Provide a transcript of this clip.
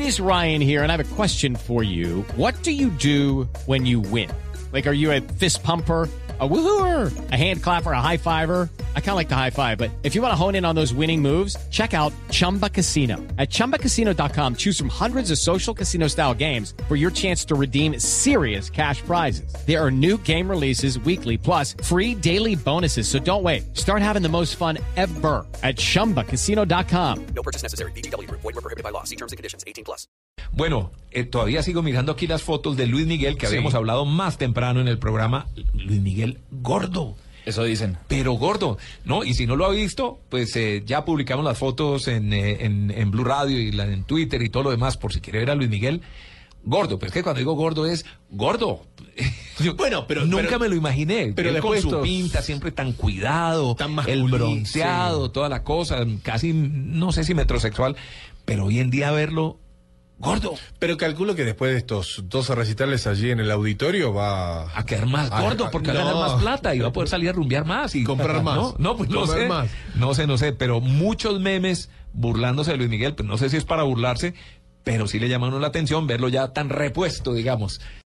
is Ryan here, and I have a question for you. What do you do when you win? Like, are you a fist pumper, a woohooer, a hand clapper, a high fiver? I kind of like the high five, but if you want to hone in on those winning moves, check out Chumba Casino. At ChumbaCasino.com, choose from hundreds of social casino-style games for your chance to redeem serious cash prizes. There are new game releases weekly, plus free daily bonuses. So don't wait. Start having the most fun ever at ChumbaCasino.com. No purchase necessary. VGW Group. Void where prohibited by law. See terms and conditions. 18+. Bueno, todavía sigo mirando aquí las fotos de Luis Miguel, que habíamos hablado más temprano en el programa. Luis Miguel gordo. Eso dicen. Pero gordo, ¿no? Y si no lo ha visto, pues ya publicamos las fotos en Blue Radio y en Twitter y todo lo demás, por si quiere ver a Luis Miguel gordo. Pero es que cuando digo gordo es gordo. Bueno, pero nunca me lo imaginé. Pero él con después su pinta siempre tan cuidado, tan el masculino, bronceado, toda la cosa, casi no sé si metrosexual, pero hoy en día verlo gordo. Pero calculo que después de estos 12 recitales allí en el auditorio va a quedar más gordo porque va a ganar más plata y va a poder salir a rumbear más y comprar más. No, pues no sé, más. No sé, pero muchos memes burlándose de Luis Miguel, pues no sé si es para burlarse, pero sí le llama a uno la atención verlo ya tan repuesto, digamos.